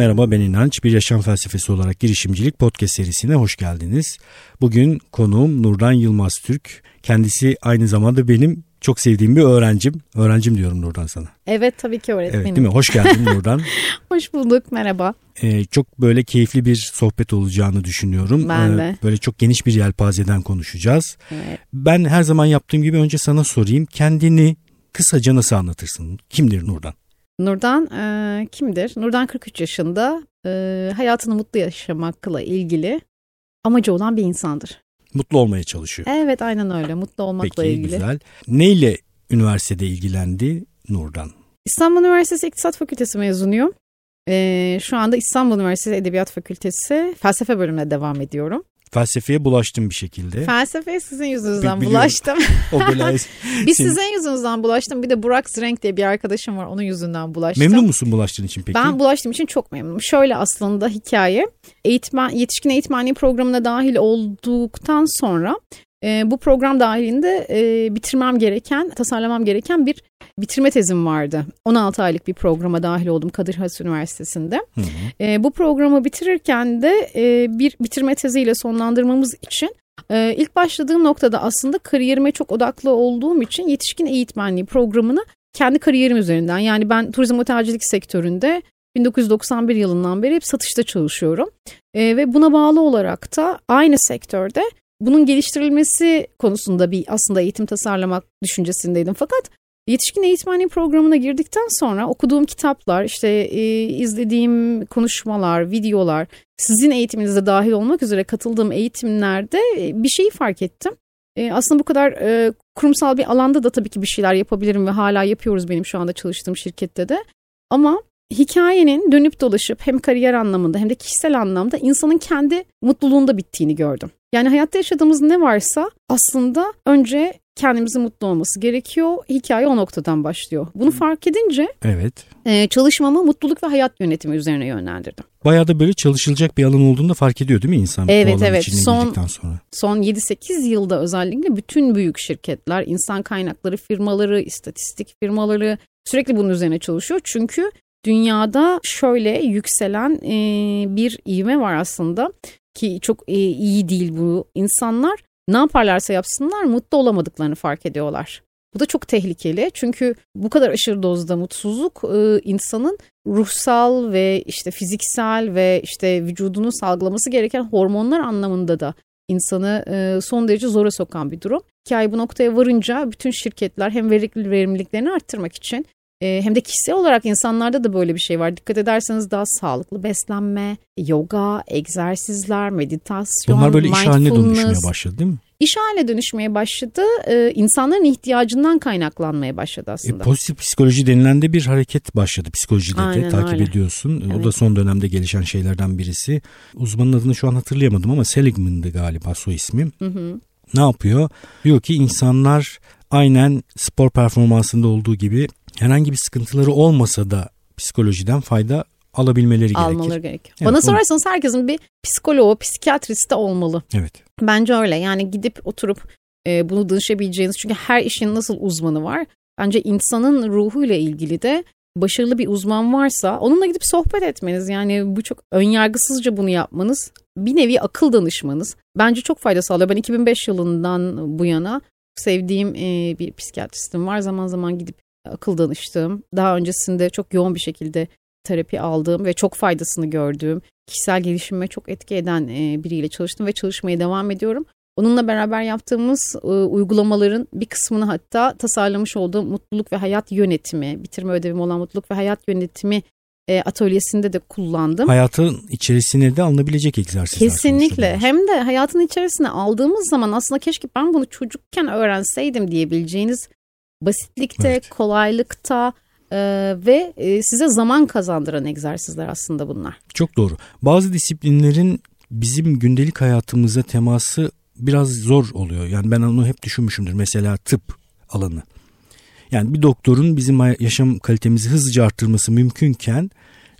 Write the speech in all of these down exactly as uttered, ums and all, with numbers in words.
Merhaba, ben İnanç. Bir Yaşam Felsefesi olarak girişimcilik podcast serisine hoş geldiniz. Bugün konuğum Nurdan Yılmaz Türk. Kendisi aynı zamanda benim çok sevdiğim bir öğrencim. Öğrencim diyorum Nurdan sana. Evet, tabii ki öğretmenim. Evet, değil mi? Hoş geldin Nurdan. Hoş bulduk, merhaba. Ee, çok böyle keyifli bir sohbet olacağını düşünüyorum. Ben de. Ee, böyle çok geniş bir yelpazeden konuşacağız. Evet. Ben her zaman yaptığım gibi önce sana sorayım. Kendini kısaca nasıl anlatırsın? Kimdir Nurdan? Nurdan e, kimdir? Nurdan kırk üç yaşında, e, hayatını mutlu yaşamakla ilgili amacı olan bir insandır. Mutlu olmaya çalışıyor. Evet, aynen öyle. Mutlu olmakla Peki, ilgili. Peki, güzel. Neyle üniversitede ilgilendi Nurdan? İstanbul Üniversitesi İktisat Fakültesi mezunuyum. E, şu anda İstanbul Üniversitesi Edebiyat Fakültesi felsefe bölümüne devam ediyorum. Felsefeye bulaştım bir şekilde. Felsefeye sizin yüzünüzden Biliyorum. bulaştım. O böyle Biz sizin yüzünüzden bulaştım. Bir de Burak Zrenk diye bir arkadaşım var. Onun yüzünden bulaştım. Memnun musun bulaştığın için peki? Ben bulaştığım için çok memnunum. Şöyle aslında hikaye. Eğitmen, yetişkin eğitmenliği programına dahil olduktan sonra e, bu program dahilinde e, bitirmem gereken, tasarlamam gereken bir bitirme tezim vardı. on altı aylık bir programa dahil oldum Kadir Has Üniversitesi'nde. Hı hı. E, bu programı bitirirken de e, bir bitirme teziyle sonlandırmamız için e, ilk başladığım noktada aslında kariyerime çok odaklı olduğum için yetişkin eğitmenliği programını kendi kariyerim üzerinden, yani ben turizm otelcilik sektöründe bin dokuz yüz doksan bir yılından beri hep satışta çalışıyorum. E, ve buna bağlı olarak da aynı sektörde bunun geliştirilmesi konusunda bir aslında eğitim tasarlamak düşüncesindeydim. Fakat yetişkin eğitmenliği programına girdikten sonra okuduğum kitaplar, işte e, izlediğim konuşmalar, videolar, sizin eğitiminize dahil olmak üzere katıldığım eğitimlerde e, bir şeyi fark ettim. E, aslında bu kadar e, kurumsal bir alanda da tabii ki bir şeyler yapabilirim ve hala yapıyoruz benim şu anda çalıştığım şirkette de. Ama hikayenin dönüp dolaşıp hem kariyer anlamında hem de kişisel anlamda insanın kendi mutluluğunda bittiğini gördüm. Yani hayatta yaşadığımız ne varsa aslında önce kendimizin mutlu olması gerekiyor. Hikaye o noktadan başlıyor. Bunu fark edince evet. e, çalışmamı mutluluk ve hayat yönetimi üzerine yönlendirdim. Bayağı da böyle çalışılacak bir alan olduğunu da fark ediyor değil mi insan? Evet evet. Son, sonra. son yedi sekiz yılda özellikle bütün büyük şirketler, insan kaynakları firmaları, istatistik firmaları sürekli bunun üzerine çalışıyor. Çünkü dünyada şöyle yükselen e, bir ivme var aslında ki çok e, iyi değil bu. İnsanlar ne yaparlarsa yapsınlar mutlu olamadıklarını fark ediyorlar. Bu da çok tehlikeli çünkü bu kadar aşırı dozda mutsuzluk e, insanın ruhsal ve işte fiziksel ve işte vücudunu salgılaması gereken hormonlar anlamında da insanı e, son derece zora sokan bir durum. Hikaye bu noktaya varınca bütün şirketler hem verimliliklerini arttırmak için hem de kişisel olarak insanlarda da böyle bir şey var. Dikkat ederseniz daha sağlıklı beslenme, yoga, egzersizler, meditasyon, bunlar böyle iş haline dönüşmeye mindfulness. başladı değil mi? İş haline dönüşmeye başladı. Ee, insanların ihtiyacından kaynaklanmaya başladı aslında. E, pozitif psikoloji denilen de bir hareket başladı psikolojide de. Aynen Takip öyle. ediyorsun. Evet. O da son dönemde gelişen şeylerden birisi. Uzmanın adını şu an hatırlayamadım ama Seligman'dı galiba soy ismi. Hı hı. Ne yapıyor? Diyor ki insanlar aynen spor performansında olduğu gibi herhangi bir sıkıntıları olmasa da psikolojiden fayda alabilmeleri gerekir. Almaları gerekiyor. Evet, Bana sorarsanız herkesin bir psikoloğu, psikiyatristi olmalı. Evet. Bence öyle. Yani gidip oturup e, bunu danışabileceğiniz, çünkü her işin nasıl uzmanı var. Bence insanın ruhuyla ilgili de başarılı bir uzman varsa onunla gidip sohbet etmeniz, yani bu çok önyargısızca bunu yapmanız, bir nevi akıl danışmanız bence çok fayda sağlıyor. Ben iki bin beş yılından bu yana sevdiğim e, bir psikiyatristim var. Zaman zaman gidip akıl danıştığım, daha öncesinde çok yoğun bir şekilde terapi aldığım ve çok faydasını gördüğüm, kişisel gelişimime çok etki eden e, biriyle çalıştım ve çalışmaya devam ediyorum. Onunla beraber yaptığımız e, uygulamaların bir kısmını hatta tasarlamış olduğum mutluluk ve hayat yönetimi, bitirme ödevim olan mutluluk ve hayat yönetimi e, atölyesinde de kullandım. Hayatın içerisine de alınabilecek egzersizler. Kesinlikle. Hem de hayatın içerisine aldığımız zaman aslında keşke ben bunu çocukken öğrenseydim diyebileceğiniz basitlikte, evet. kolaylıkta e, ve e, size zaman kazandıran egzersizler aslında bunlar. Çok doğru. Bazı disiplinlerin bizim gündelik hayatımıza teması biraz zor oluyor. Yani ben onu hep düşünmüşümdür. Mesela tıp alanı. Yani bir doktorun bizim yaşam kalitemizi hızlıca arttırması mümkünken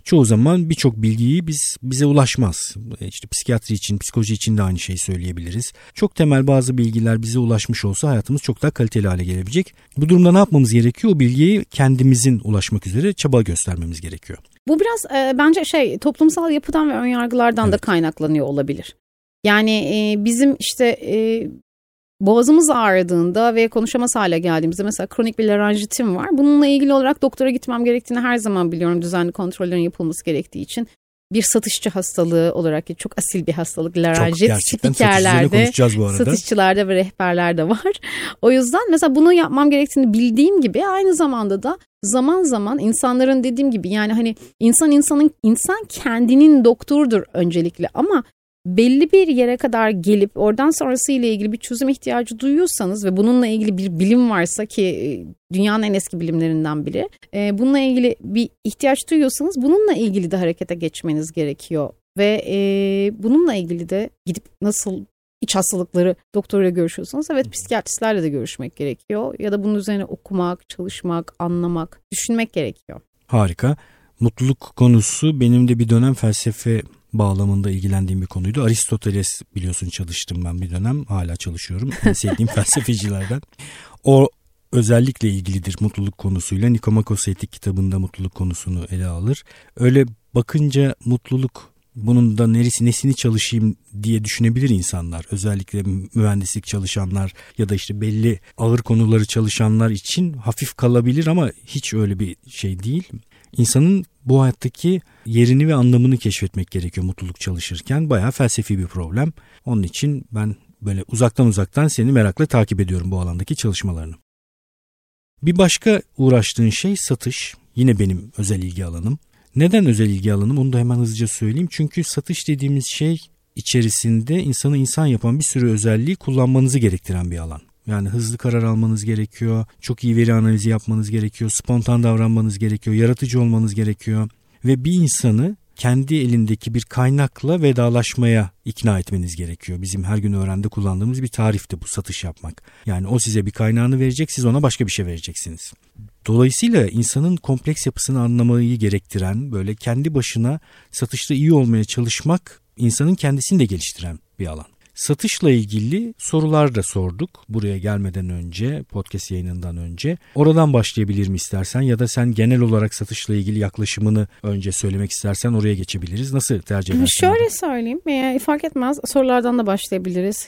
çoğu zaman birçok bilgiyi biz bize ulaşmaz. İşte psikiyatri için, psikoloji için de aynı şeyi söyleyebiliriz. Çok temel bazı bilgiler bize ulaşmış olsa hayatımız çok daha kaliteli hale gelebilecek. Bu durumda ne yapmamız gerekiyor? O bilgiyi kendimizin ulaşmak üzere çaba göstermemiz gerekiyor. Bu biraz e, bence şey toplumsal yapıdan ve önyargılardan evet. da kaynaklanıyor olabilir. Yani e, bizim işte e, boğazımız ağrıdığında ve konuşamaz hale geldiğimizde mesela kronik bir laranjitim var. Bununla ilgili olarak doktora gitmem gerektiğini her zaman biliyorum. Düzenli kontrollerin yapılması gerektiği için. Bir satışçı hastalığı olarak çok asil bir hastalık laranjit. Spikerlerde, satışçılarda ve rehberlerde var. O yüzden mesela bunu yapmam gerektiğini bildiğim gibi aynı zamanda da zaman zaman insanların dediğim gibi yani hani insan insanın insan kendinin doktorudur öncelikle ama belli bir yere kadar gelip oradan sonrası ile ilgili bir çözüm ihtiyacı duyuyorsanız ve bununla ilgili bir bilim varsa ki dünyanın en eski bilimlerinden biri, bununla ilgili bir ihtiyaç duyuyorsanız bununla ilgili de harekete geçmeniz gerekiyor ve bununla ilgili de gidip nasıl iç hastalıkları doktoruyla görüşüyorsanız evet psikiyatristlerle de görüşmek gerekiyor ya da bunun üzerine okumak, çalışmak, anlamak, düşünmek gerekiyor. Harika. Mutluluk konusu benim de bir dönem felsefe bağlamında ilgilendiğim bir konuydu. Aristoteles biliyorsun çalıştım ben bir dönem. Hala çalışıyorum. En sevdiğim felsefecilerden. O özellikle ilgilidir mutluluk konusuyla. Nikomakos Etik kitabında mutluluk konusunu ele alır. Öyle bakınca mutluluk bunun da neresi nesini çalışayım diye düşünebilir insanlar. Özellikle mühendislik çalışanlar ya da işte belli ağır konuları çalışanlar için hafif kalabilir ama hiç öyle bir şey değil. İnsanın bu hayattaki yerini ve anlamını keşfetmek gerekiyor mutluluk çalışırken. Bayağı felsefi bir problem. Onun için ben böyle uzaktan uzaktan seni merakla takip ediyorum bu alandaki çalışmalarını. Bir başka uğraştığın şey satış. Yine benim özel ilgi alanım. Neden özel ilgi alanım? Onu da hemen hızlıca söyleyeyim. Çünkü satış dediğimiz şey içerisinde insanı insan yapan bir sürü özelliği kullanmanızı gerektiren bir alan. Yani hızlı karar almanız gerekiyor, çok iyi veri analizi yapmanız gerekiyor, spontan davranmanız gerekiyor, yaratıcı olmanız gerekiyor ve bir insanı kendi elindeki bir kaynakla vedalaşmaya ikna etmeniz gerekiyor. Bizim her gün öğrende kullandığımız bir tarifti bu satış yapmak. Yani o size bir kaynağını verecek, siz ona başka bir şey vereceksiniz. Dolayısıyla insanın kompleks yapısını anlamayı gerektiren, böyle kendi başına satışta iyi olmaya çalışmak insanın kendisini de geliştiren bir alan. Satışla ilgili sorular da sorduk buraya gelmeden önce, podcast yayınından önce. Oradan başlayabilir mi istersen ya da sen genel olarak satışla ilgili yaklaşımını önce söylemek istersen oraya geçebiliriz. Nasıl tercih edersin? Şöyle söyleyeyim, yani fark etmez, sorulardan da başlayabiliriz.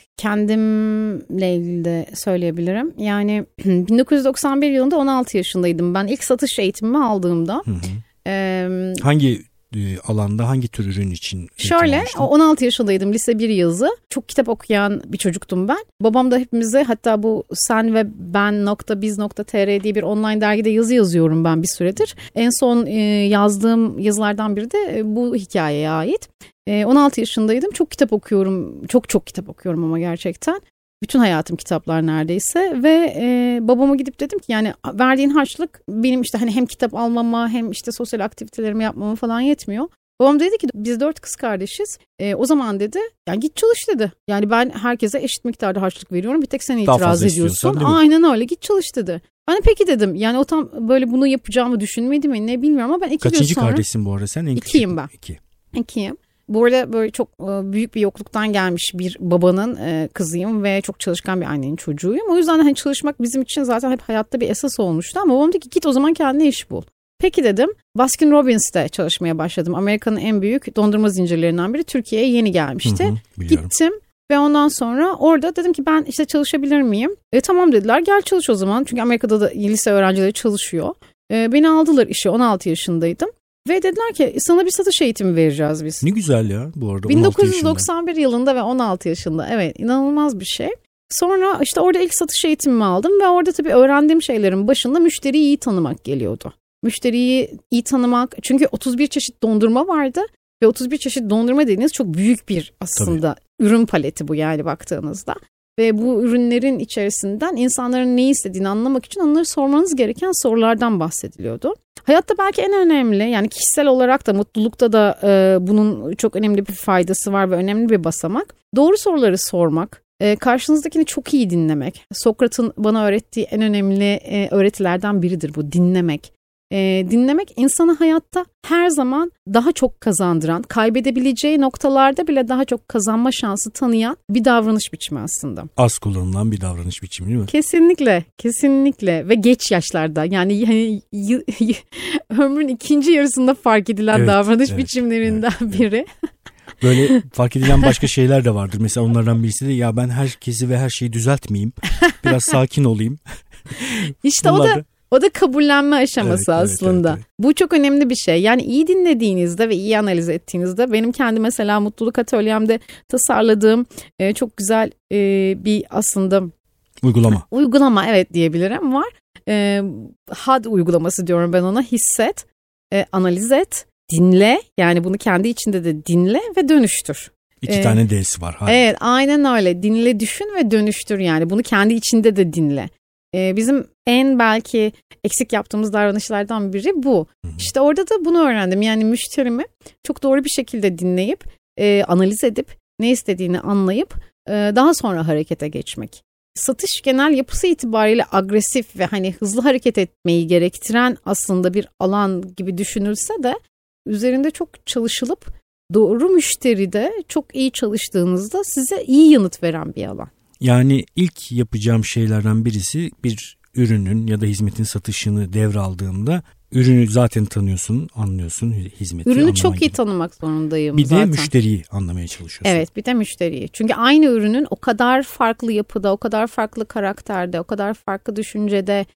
Kendimle ilgili de söyleyebilirim. Yani bin dokuz yüz doksan bir yılında on altı yaşındaydım. Ben ilk satış eğitimimi aldığımda. Hı hı. E, Hangi alanda, hangi tür ürün için? Şöyle, on altı yaşındaydım, lise bir yazı. Çok kitap okuyan bir çocuktum ben. Babam da hepimize, hatta bu sen ve ben nokta biz nokta tr diye bir online dergide yazı yazıyorum ben bir süredir. En son e, yazdığım yazılardan biri de e, bu hikayeye ait. E, on altı yaşındaydım. Çok kitap okuyorum. Çok çok kitap okuyorum ama gerçekten. Bütün hayatım kitaplar neredeyse ve e, babama gidip dedim ki yani verdiğin harçlık benim işte hani hem kitap almama hem işte sosyal aktivitelerimi yapmama falan yetmiyor. Babam dedi ki biz dört kız kardeşiz. E, o zaman dedi yani git çalış dedi. Yani ben herkese eşit miktarda harçlık veriyorum. Bir tek sen itiraz ediyorsun. Aynen öyle, git çalış dedi. Ben de peki dedim. Yani o tam böyle bunu yapacağımı düşünmedim mi ne bilmiyorum ama ben iki Kaçıncı gün sonra. Kaçıncı kardeşsin bu arada sen? En İkiyim ben. İki. İkiyim. Bu arada böyle çok büyük bir yokluktan gelmiş bir babanın kızıyım ve çok çalışkan bir annenin çocuğuyum. O yüzden hani çalışmak bizim için zaten hep hayatta bir esas olmuştu ama babam dedi ki git o zaman kendine iş bul. Peki dedim. Baskin Robbins'te çalışmaya başladım. Amerika'nın en büyük dondurma zincirlerinden biri. Türkiye'ye yeni gelmişti. Hı hı, gittim ve ondan sonra orada dedim ki ben işte çalışabilir miyim? E, tamam dediler, gel çalış o zaman. Çünkü Amerika'da da lise öğrencileri çalışıyor. E, beni aldılar işe, on altı yaşındaydım. Ve dediler ki sana bir satış eğitimi vereceğiz biz. Ne güzel ya bu arada. bin dokuz yüz doksan bir yılında ve on altı yaşında. Evet, inanılmaz bir şey. Sonra işte orada ilk satış eğitimimi aldım ve orada tabii öğrendiğim şeylerin başında müşteriyi iyi tanımak geliyordu. Müşteriyi iyi tanımak, çünkü otuz bir çeşit dondurma vardı ve otuz bir çeşit dondurma dediğiniz çok büyük bir aslında tabii ürün paleti bu yani baktığınızda. Ve bu ürünlerin içerisinden insanların ne istediğini anlamak için onları sormanız gereken sorulardan bahsediliyordu. Hayatta belki en önemli, yani kişisel olarak da mutlulukta da e, bunun çok önemli bir faydası var ve önemli bir basamak. Doğru soruları sormak, e, karşınızdakini çok iyi dinlemek. Sokrat'ın bana öğrettiği en önemli e, öğretilerden biridir bu, dinlemek. E, dinlemek insanı hayatta her zaman daha çok kazandıran, kaybedebileceği noktalarda bile daha çok kazanma şansı tanıyan bir davranış biçimi aslında. Az kullanılan bir davranış biçimi değil mi? Kesinlikle, kesinlikle ve geç yaşlarda yani, yani y- y- ömrün ikinci yarısında fark edilen evet, davranış evet, biçimlerinden evet, biri. Evet. Böyle fark edilen başka şeyler de vardır. Mesela onlardan birisi de ya ben herkesi ve her şeyi düzeltmeyeyim. Biraz sakin olayım. İşte Bunlar o da... da... O da kabullenme aşaması evet, aslında. Evet, evet, evet. Bu çok önemli bir şey. Yani iyi dinlediğinizde ve iyi analiz ettiğinizde benim kendi mesela mutluluk atölyemde tasarladığım e, çok güzel e, bir aslında uygulama. Uygulama evet diyebilirim var. E, H A D uygulaması diyorum ben ona. Hisset, e, analiz et, dinle. Yani bunu kendi içinde de dinle ve dönüştür. İki ee, tane D'si var. Hadi. Evet aynen öyle. Dinle, düşün ve dönüştür yani. Bunu kendi içinde de dinle. Bizim en belki eksik yaptığımız davranışlardan biri bu. Hı hı. İşte orada da bunu öğrendim. Yani müşterimi çok doğru bir şekilde dinleyip, e, analiz edip, ne istediğini anlayıp e, daha sonra harekete geçmek. Satış genel yapısı itibariyle agresif ve hani hızlı hareket etmeyi gerektiren aslında bir alan gibi düşünülse de üzerinde çok çalışılıp doğru müşteride çok iyi çalıştığınızda size iyi yanıt veren bir alan. Yani ilk yapacağım şeylerden birisi bir ürünün ya da hizmetin satışını devraldığımda ürünü zaten tanıyorsun, anlıyorsun, hizmeti Ürünü anlaman çok iyi gibi. tanımak zorundayım bir zaten. Bir de müşteriyi anlamaya çalışıyorsun. Evet, bir de müşteriyi. Çünkü aynı ürünün o kadar farklı yapıda, o kadar farklı karakterde, o kadar farklı düşüncede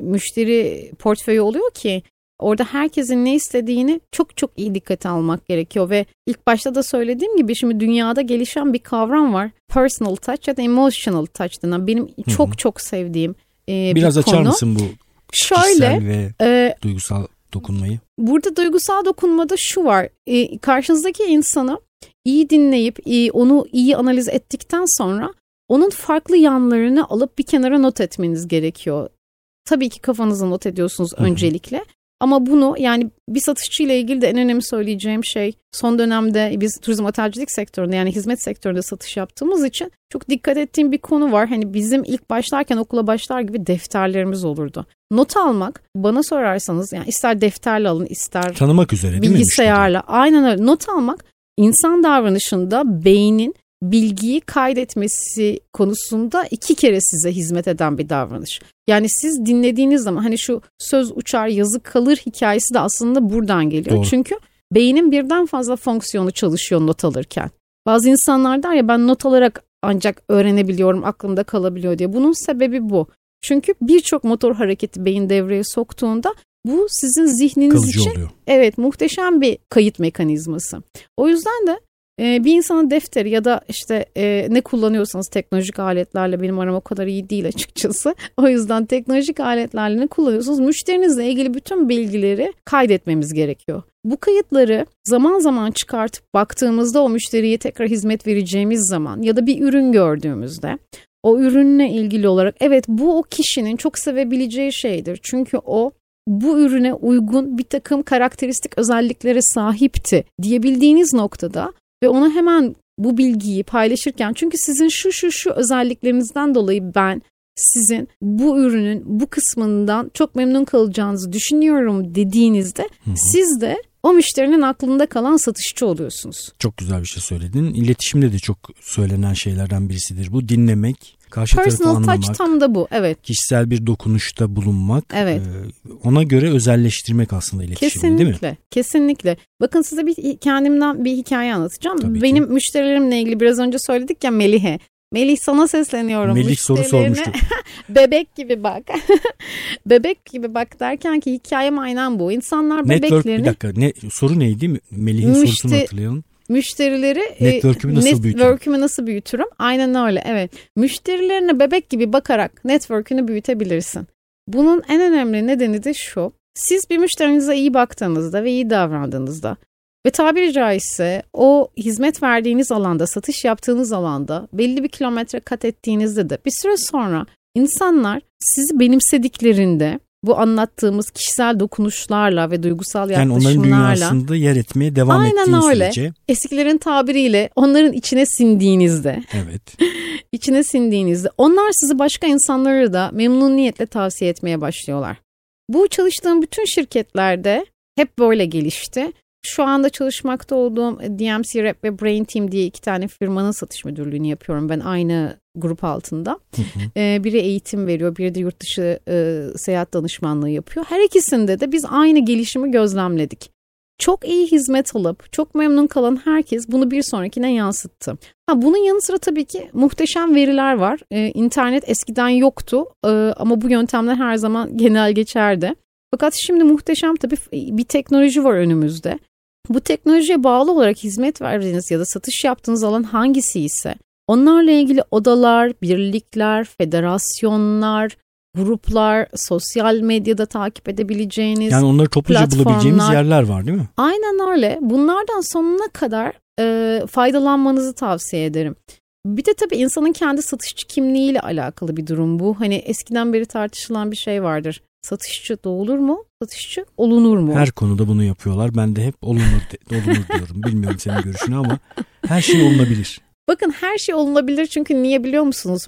müşteri portföyü oluyor ki orada herkesin ne istediğini çok çok iyi dikkate almak gerekiyor ve ilk başta da söylediğim gibi şimdi dünyada gelişen bir kavram var. Personal touch ya da emotional touch denen benim Hı-hı. çok çok sevdiğim e, Biraz bir konu. Biraz açar mısın bu Şöyle, kişisel ve e, duygusal dokunmayı? Burada duygusal dokunmada şu var. E, karşınızdaki insanı iyi dinleyip iyi, onu iyi analiz ettikten sonra onun farklı yanlarını alıp bir kenara not etmeniz gerekiyor. Tabii ki kafanıza not ediyorsunuz Hı-hı. öncelikle. Ama bunu yani bir satışçı ile ilgili de en önemli söyleyeceğim şey son dönemde biz turizm otelcilik sektöründe yani hizmet sektöründe satış yaptığımız için çok dikkat ettiğim bir konu var. Hani bizim ilk başlarken okula başlar gibi defterlerimiz olurdu. Not almak bana sorarsanız yani ister defterle alın ister tanımak üzere değil mi? Bilgisayarla aynen öyle not almak insan davranışında beynin bilgiyi kaydetmesi konusunda iki kere size hizmet eden bir davranış. Yani siz dinlediğiniz zaman hani şu söz uçar yazı kalır hikayesi de aslında buradan geliyor. Doğru. Çünkü beynin birden fazla fonksiyonu çalışıyor not alırken. Bazı insanlar der ya ben not alarak ancak öğrenebiliyorum, aklımda kalabiliyor diye. Bunun sebebi bu. Çünkü birçok motor hareketi beyin devreye soktuğunda bu sizin zihniniz Kalıcı için oluyor. Evet muhteşem bir kayıt mekanizması. O yüzden de bir insanın defteri ya da işte e, ne kullanıyorsanız teknolojik aletlerle benim aram o kadar iyi değil açıkçası. O yüzden teknolojik aletlerle ne kullanıyorsanız müşterinizle ilgili bütün bilgileri kaydetmemiz gerekiyor. Bu kayıtları zaman zaman çıkartıp baktığımızda o müşteriye tekrar hizmet vereceğimiz zaman ya da bir ürün gördüğümüzde o ürünle ilgili olarak evet bu o kişinin çok sevebileceği şeydir. Çünkü o bu ürüne uygun bir takım karakteristik özelliklere sahipti diyebildiğiniz noktada ve ona hemen bu bilgiyi paylaşırken çünkü sizin şu şu şu özelliklerinizden dolayı ben sizin bu ürünün bu kısmından çok memnun kalacağınızı düşünüyorum dediğinizde hı hı. siz de o müşterinin aklında kalan satışçı oluyorsunuz. Çok güzel bir şey söyledin. İletişimde de çok söylenen şeylerden birisidir. Bu dinlemek, karşı tarafı anlamak. Personal touch tam da bu. Evet. Kişisel bir dokunuşta bulunmak. Evet. E, ona göre özelleştirmek aslında iletişimi kesinlikle, değil mi? Kesinlikle. Bakın size bir kendimden bir hikaye anlatacağım. Tabii Benim ki. Müşterilerimle ilgili biraz önce söyledik ya Melih'e. Melih sana sesleniyorum. Melih soru sormuştu. Bebek gibi bak. Bebek gibi bak derken ki hikayem aynen bu. İnsanlar Network, bebeklerini... Bir dakika ne, soru neydi? Melih'in Müşte... sorusunu hatırlayalım. Müşterileri network'ümü nasıl büyütürüm? Network'ümü nasıl büyütürüm? Aynen öyle evet. Müşterilerine bebek gibi bakarak network'ünü büyütebilirsin. Bunun en önemli nedeni de şu. Siz bir müşterinize iyi baktığınızda ve iyi davrandığınızda ve tabiri caizse o hizmet verdiğiniz alanda, satış yaptığınız alanda belli bir kilometre kat ettiğinizde de bir süre sonra insanlar sizi benimsediklerinde bu anlattığımız kişisel dokunuşlarla ve duygusal yaklaşımlarla. Yani onların dünyasında yer etmeye devam aynen ettiğin öyle. sürece. Eskilerin tabiriyle onların içine sindiğinizde. Evet. içine sindiğinizde onlar sizi başka insanlara da memnuniyetle tavsiye etmeye başlıyorlar. Bu çalıştığım bütün şirketlerde hep böyle gelişti. Şu anda çalışmakta olduğum D M C Rap ve Brain Team diye iki tane firmanın satış müdürlüğünü yapıyorum ben aynı grup altında. Hı hı. Ee, biri eğitim veriyor, biri de yurt dışı e, seyahat danışmanlığı yapıyor. Her ikisinde de biz aynı gelişimi gözlemledik. Çok iyi hizmet alıp çok memnun kalan herkes bunu bir sonrakine yansıttı. Ha, bunun yanı sıra tabii ki muhteşem veriler var. Ee, internet eskiden yoktu ee, ama bu yöntemler her zaman genel geçerdi. Fakat şimdi muhteşem tabii bir teknoloji var önümüzde. Bu teknolojiye bağlı olarak hizmet verdiğiniz ya da satış yaptığınız alan hangisi ise onlarla ilgili odalar, birlikler, federasyonlar, gruplar, sosyal medyada takip edebileceğiniz yani onları topluca bulabileceğimiz yerler var değil mi? Aynen öyle. Bunlardan sonuna kadar e, faydalanmanızı tavsiye ederim. Bir de tabii insanın kendi satışçı kimliğiyle alakalı bir durum bu. Hani eskiden beri tartışılan bir şey vardır. Satışçı doğulur mu? Satışçı olunur mu? Her konuda bunu yapıyorlar. Ben de hep olunur, de, olunur diyorum. Bilmiyorum senin görüşünü ama her şey olunabilir. Bakın her şey olunabilir çünkü niye biliyor musunuz?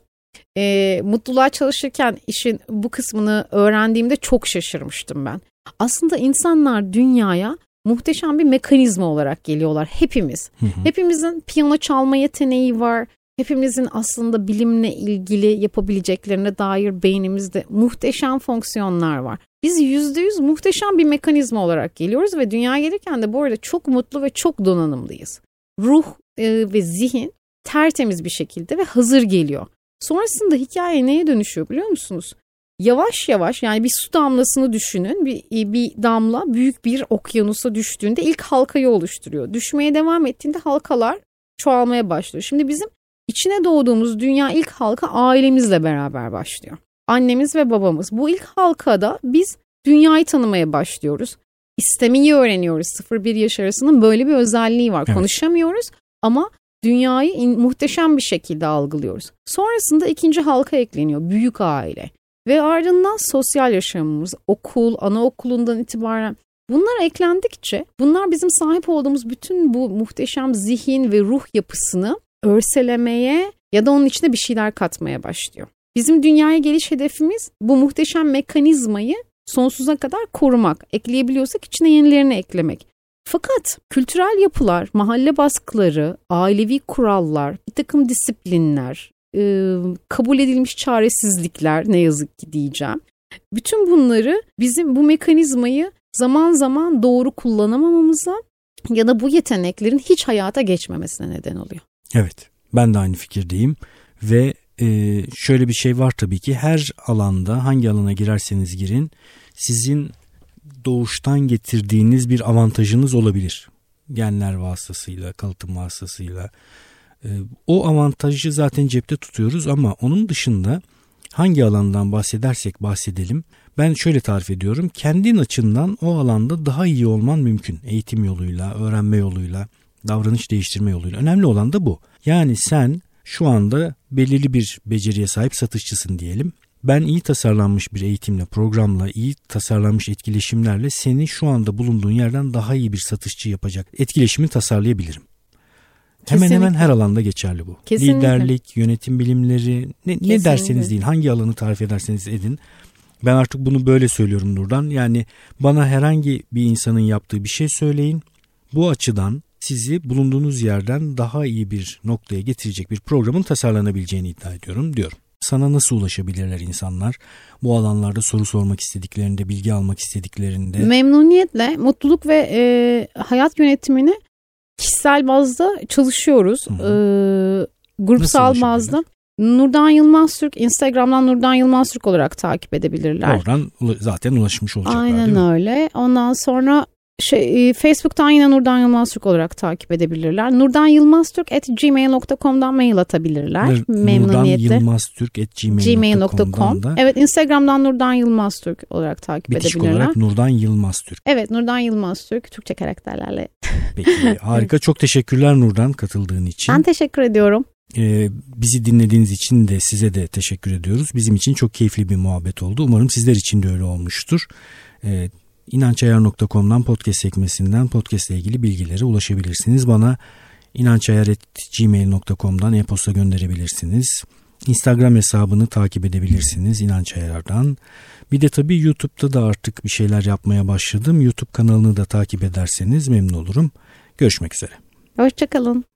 E, mutluluğa çalışırken işin bu kısmını öğrendiğimde çok şaşırmıştım ben. Aslında insanlar dünyaya muhteşem bir mekanizma olarak geliyorlar hepimiz. Hı hı. Hepimizin piyano çalma yeteneği var. Hepimizin aslında bilimle ilgili yapabileceklerine dair beynimizde muhteşem fonksiyonlar var. Biz yüzde yüz muhteşem bir mekanizma olarak geliyoruz ve dünyaya gelirken de bu arada çok mutlu ve çok donanımlıyız. Ruh e, ve zihin tertemiz bir şekilde ve hazır geliyor. Sonrasında hikaye neye dönüşüyor biliyor musunuz? Yavaş yavaş yani bir su damlasını düşünün. Bir, bir damla büyük bir okyanusa düştüğünde ilk halkayı oluşturuyor. Düşmeye devam ettiğinde halkalar çoğalmaya başlıyor. Şimdi bizim içine doğduğumuz dünya ilk halka ailemizle beraber başlıyor. Annemiz ve babamız. Bu ilk halkada biz dünyayı tanımaya başlıyoruz. İstemeyi öğreniyoruz. sıfır bir yaş arasının böyle bir özelliği var. Evet. Konuşamıyoruz ama dünyayı in, muhteşem bir şekilde algılıyoruz. Sonrasında ikinci halka ekleniyor. Büyük aile. Ve ardından sosyal yaşamımız, okul, anaokulundan itibaren bunlar eklendikçe bunlar bizim sahip olduğumuz bütün bu muhteşem zihin ve ruh yapısını örselemeye ya da onun içine bir şeyler katmaya başlıyor. Bizim dünyaya geliş hedefimiz bu muhteşem mekanizmayı sonsuza kadar korumak. Ekleyebiliyorsak içine yenilerini eklemek. Fakat kültürel yapılar, mahalle baskıları, ailevi kurallar, bir takım disiplinler, e, kabul edilmiş çaresizlikler ne yazık ki diyeceğim. Bütün bunları bizim bu mekanizmayı zaman zaman doğru kullanamamamıza ya da bu yeteneklerin hiç hayata geçmemesine neden oluyor. Evet, ben de aynı fikirdeyim ve e, şöyle bir şey var tabii ki her alanda hangi alana girerseniz girin sizin doğuştan getirdiğiniz bir avantajınız olabilir. Genler vasıtasıyla, kalıtım vasıtasıyla. E, o avantajı zaten cepte tutuyoruz ama onun dışında hangi alandan bahsedersek bahsedelim. Ben şöyle tarif ediyorum. Kendin açından o alanda daha iyi olman mümkün. Eğitim yoluyla, öğrenme yoluyla, davranış değiştirme yoluyla. Önemli olan da bu. Yani sen şu anda belirli bir beceriye sahip satışçısın diyelim. Ben iyi tasarlanmış bir eğitimle, programla, iyi tasarlanmış etkileşimlerle seni şu anda bulunduğun yerden daha iyi bir satışçı yapacak etkileşimi tasarlayabilirim. Kesinlikle. Hemen hemen her alanda geçerli bu. Kesinlikle. Liderlik, yönetim bilimleri, ne, ne derseniz deyin, hangi alanı tarif ederseniz edin. Ben artık bunu böyle söylüyorum Nurdan. Yani bana herhangi bir insanın yaptığı bir şey söyleyin. Bu açıdan sizi bulunduğunuz yerden daha iyi bir noktaya getirecek bir programın tasarlanabileceğini iddia ediyorum diyorum. Sana nasıl ulaşabilirler insanlar? Bu alanlarda soru sormak istediklerinde, bilgi almak istediklerinde. Memnuniyetle mutluluk ve e, hayat yönetimini kişisel bazda çalışıyoruz. E, grupsal bazda. Nurdan Yılmaz Türk, Instagram'dan Nurdan Yılmaz Türk olarak takip edebilirler. Oradan zaten ulaşmış olacaklar. Aynen değil mi? Öyle. Ondan sonra şey, Facebook'tan yine Nurdan Yılmaz Türk olarak takip edebilirler. Nurdan Yılmaz Türk at gmail nokta com'dan mail atabilirler. Nurdan Yılmaz Türk at gmail nokta com. Evet, Instagram'dan Nurdan Yılmaz Türk olarak takip Bitişik edebilirler. olarak Nurdan Yılmaz Türk. Evet, Nurdan Yılmaz Türk, Türkçe karakterlerle. Peki, harika. Çok teşekkürler Nurdan katıldığın için. Ben teşekkür ediyorum. Ee, bizi dinlediğiniz için de size de teşekkür ediyoruz. Bizim için çok keyifli bir muhabbet oldu. Umarım sizler için de öyle olmuştur. Ee, inançayar nokta com'dan podcast sekmesinden podcast ile ilgili bilgilere ulaşabilirsiniz. Bana inançayar at gmail nokta com'dan e-posta gönderebilirsiniz. Instagram hesabını takip edebilirsiniz İnanç Ayar'dan. Bir de tabii YouTube'da da artık bir şeyler yapmaya başladım. YouTube kanalını da takip ederseniz memnun olurum. Görüşmek üzere. Hoşçakalın.